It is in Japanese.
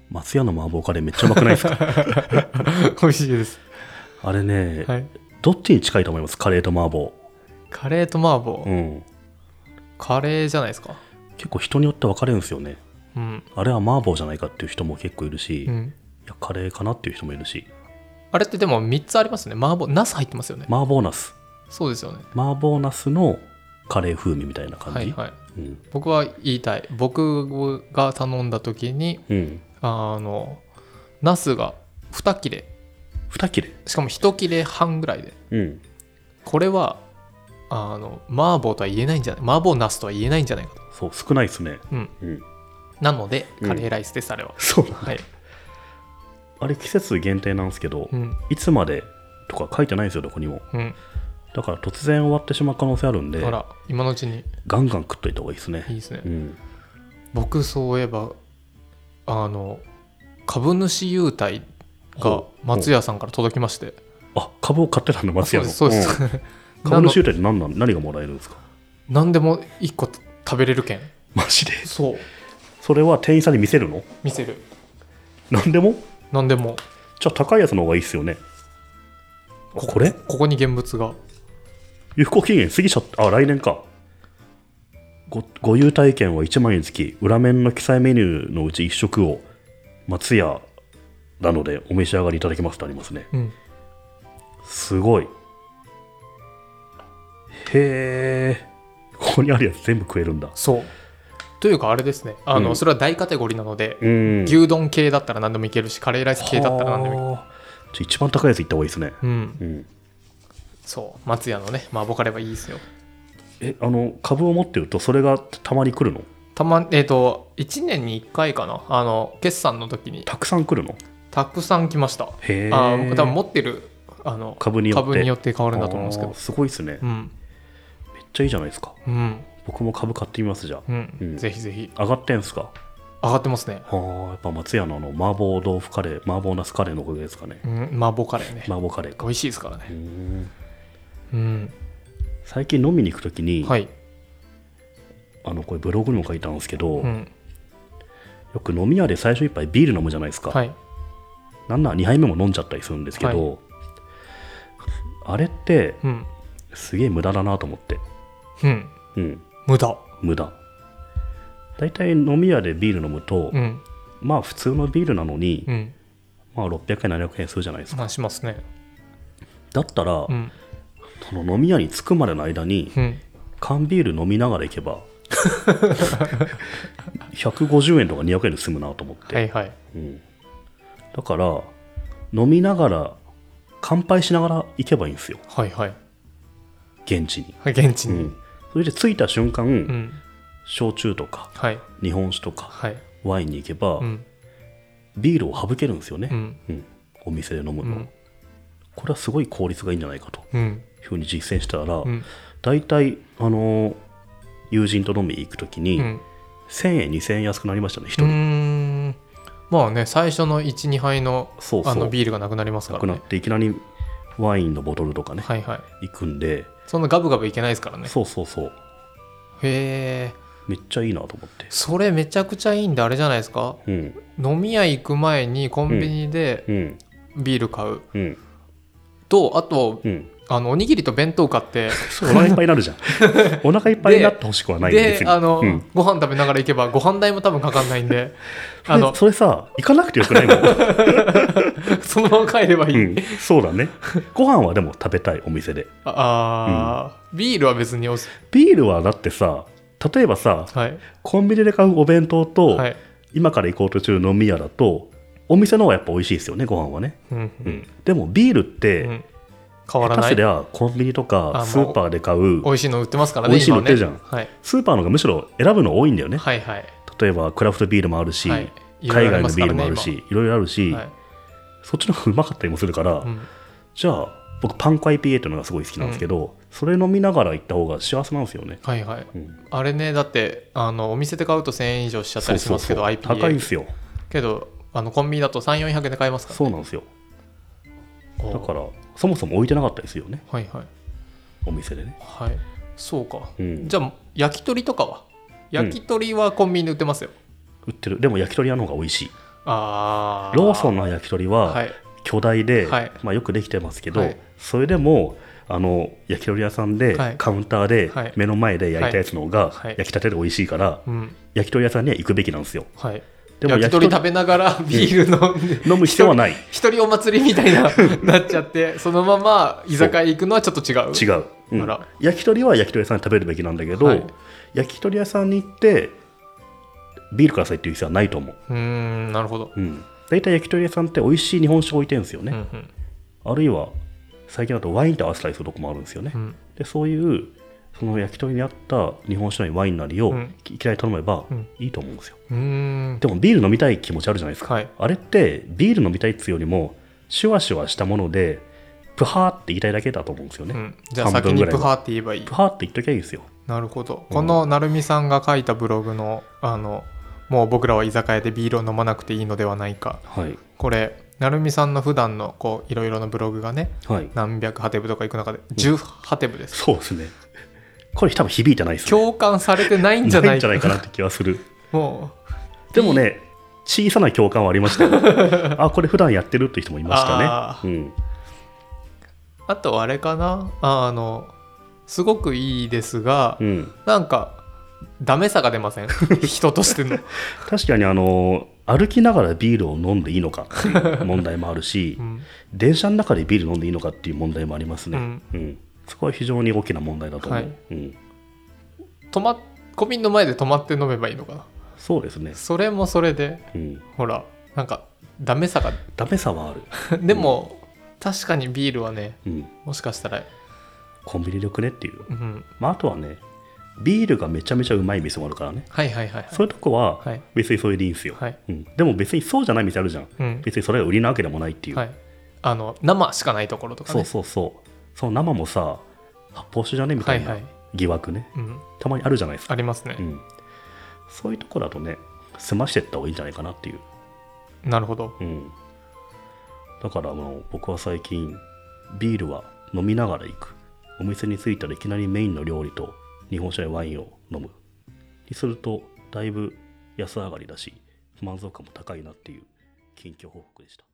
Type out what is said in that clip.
松屋の麻婆カレーめっちゃうまくないですか？ 美味しいです。 あれね、 はい、 どっちに近いと思います？カレーと麻婆。 カレーと麻婆、 うん。 カレーじゃないですか。 結構人によって分かれるんですよね。 うん、 あれは麻婆じゃないかっていう人も結構いるし、 うん、 いやカレーかなっていう人もいるし。 あれってでも3つありますね。麻婆ナス入ってますよね。 麻婆ナス。 そうですよね。 麻婆ナスのカレー風味みたいな感じ。 はいはい、 うん、 僕は言いたい。僕が頼んだ時に、 うん、 ナスが2切れ、 2切れ、 しかも1切れ半ぐらいで、 うん、 これは麻婆とは言えないんじゃない、麻婆ナスとは言えないんじゃないかと。 そう少ないですね。 うん、 うん、 なのでカレーライスです、あれは。 そうなんだ、 はい、 あれ季節限定なんですけど、 うん、 いつまでとか書いてないんですよ、どこにも。 うん、 だから突然終わってしまう可能性あるんで、 あら今のうちにガンガン食っといた方がいいですね。 いいですね、 うん、 僕そういえば株主優待が松屋さんから届きまして。 あ、株を買ってたんだ、松屋の。 そうですそうです、 うん、株主優待って何がもらえるんですか？ 何でも1個食べれる券。 マジで？ そう、 それは店員さんに見せるの？ 見せる。 何でも？ 何でも。 じゃあ高いやつの方がいいっすよね。これ？ ここに現物が。 有効期限過ぎちゃった。あ、来年か。ご優待券は1万円付き、裏面の記載メニューのうち1食を松屋なのでお召し上がりいただけますとありますね。 うん、 すごい。へえ。ここにあるやつ全部食えるんだ。 そうというかあれですね、 うん、 それは大カテゴリーなので、 うん、 牛丼系だったら何でもいけるし、カレーライス系だったら何でもいける。 一番高いやついった方がいいですね。 うん、 うん、 そう松屋のね麻婆カレーはいいですよ。 株を持ってるとそれがたまに来るの？ 1年に1回かな、決算の時にたくさん来るの？ たくさん来ました。 へえ。 多分持ってる株によって変わるんだと思うんですけど。 すごいですね、 うん、 めっちゃいいじゃないですか。 うん、 僕も株買ってみますじゃあ、 うんうん、 ぜひぜひ。 上がってんすか？ 上がってますね。 はあ、やっぱ松屋の麻婆豆腐カレー、麻婆ナスカレーのおかげですかね。 うん、麻婆カレーね。 麻婆カレーか。 美味しいですからね。うん、 最近飲みに行くときに、 はい、 これブログにも書いたんですけど、 うん、 よく飲み屋で最初一杯ビール飲むじゃないですか、 はい、 なんなら2杯目も飲んじゃったりするんですけど、はい、あれってすげえ無駄だなと思って。 うん、うん、無駄だいたい飲み屋でビール飲むと、 うん、 まあ普通のビールなのに、 うん、 まあ600円700円するじゃないですか。 しますね。 だったら、 うん、 その飲み屋に着くまでの間に、うん、缶ビール飲みながら行けば150円とか200円で済むなと思って、 はいはい、 うん、だから飲みながら乾杯しながら行けばいいんですよ。 はいはい、 現地に、 はい、現地に、 うん、それで着いた瞬間、 うん、 焼酎とか、 はい、 日本酒とか、はい、ワインに行けば、うん、ビールを省けるんですよね、うんうん、お店で飲むの、うん、これはすごい効率がいいんじゃないかというふうに実践したら、うん、だいたい友人と飲みに行くときに、うん、1000円2000円安くなりましたね、1人。 まあね、最初の 1,2 杯のビールがなくなりますからね。 なくなっていきなりワインのボトルとかね、はいはい、行くんで、 そんなガブガブいけないですからね。 そうそうそう。 へえ、 めっちゃいいなと思って。 それめちゃくちゃいいんであれじゃないですか、うん、飲み屋行く前にコンビニでビール買う、うん、とあと、うん、おにぎりと弁当買ってお腹いっぱいになるじゃんお腹いっぱいになってほしくはないんですよ。 で、うん、ご飯食べながら行けばご飯代も多分かかんないんでそれさ、行かなくてよくないもんそのまま帰ればいい、 うん、そうだね。ご飯はでも食べたい、お店で。 ビールは別にビールはだってさ、例えばさ、はい、コンビニで買うお弁当と、はい、今から行こうとする飲み屋だとお店の方がやっぱ美味しいですよね、ご飯はね、うんうんうん、でもビールって、うん、 変わらない。 下手すりゃコンビニとかスーパーで買う美味しいの売ってますからね。 美味しいの売ってるじゃん、 はい、 スーパーの方がむしろ選ぶの多いんだよね、 はいはい、 例えばクラフトビールもあるし、はい、海外のビールもあるし、いろいろあるし、はい、そっちの方がうまかったりもするから、うん、じゃあ僕パン粉 IPA っていうのがすごい好きなんですけど、うん、それ飲みながら行った方が幸せなんですよね。 はいはい、うん、あれね、だってお店で買うと1000円以上しちゃったりしますけど、 IPA 高いんですよ。 けどコンビニだと 3,400 円で買えますからね。 そうなんですよ。だからそもそも置いてなかったですよね、 はいはい、 お店でね。 はい、そうか、うん、じゃあ焼き鳥とかは、焼き鳥はコンビニで売ってますよ、 売ってる。でも焼き鳥屋の方が美味しい。 ローソンの焼き鳥は巨大で、まあ、よくできてますけど、それでも焼き鳥屋さんでカウンターで目の前で焼いたやつの方が焼きたてで美味しいから、焼き鳥屋さんには行くべきなんですよ。 でも焼き鳥食べながらビール飲む必要はない。 一人お祭りみたいななっちゃってそのまま居酒屋行くのはちょっと違う。 焼き鳥は焼き鳥屋さんで食べるべきなんだけど、焼き鳥屋さんに行ってビールくださいっていう必要はないと思う。 なるほど。 だいたい焼き鳥屋さんって美味しい日本酒を置いてるんですよね。あるいは最近だとワインと合わせたりするとこもあるんですよね。でそういうその焼き鳥に合った日本酒なりワインなりをいきなり頼めばいいと思うんですよ。でもビール飲みたい気持ちあるじゃないですか。あれってビール飲みたいっていうよりもシュワシュワしたものでプハーって言いたいだけだと思うんですよね。 じゃあ先にプハーって言えばいい。 プハーって言っときゃいいですよ。 なるほど。この成美さんが書いたブログのもう僕らは居酒屋でビールを飲まなくていいのではないか、これ成美さんの普段のこういろいろなブログがね、何百ハテブとか行く中で10ハテブです。 そうですね。これ多分響いてないですね。 共感されてないんじゃないかなって気はする。でもね、小さな共感はありましたよ。あ、これ普段やってるって人もいましたね。 あとあれかな、すごくいいですが、なんかダメさが出ません人としての。 確かに歩きながらビールを飲んでいいのかっていう問題もあるし、電車の中でビール飲んでいいのかっていう問題もありますね。そこは非常に大きな問題だと思う。 コンビニの前で止まって飲めばいいのかな。 そうですね。 それもそれで、ほらなんかダメさはある。 でも、確かにビールはね、もしかしたらコンビニでよくねっていう、あとはねビールがめちゃめちゃうまい店もあるからね。そういうとこは別にそれでいいんですよ。でも別にそうじゃない店あるじゃん。別にそれが売りなわけでもないっていう、 生しかないところとかね。 その生もさ発泡酒じゃねみたいな疑惑ね、たまにあるじゃないですか。 ありますね。 そういうとこだとね済ましていった方がいいんじゃないかなっていう。 なるほど。 だから僕は最近ビールは飲みながら行く。お店に着いたらいきなりメインの料理と日本酒やワインを飲むにするとだいぶ安上がりだし満足感も高いなっていう近況報告でした。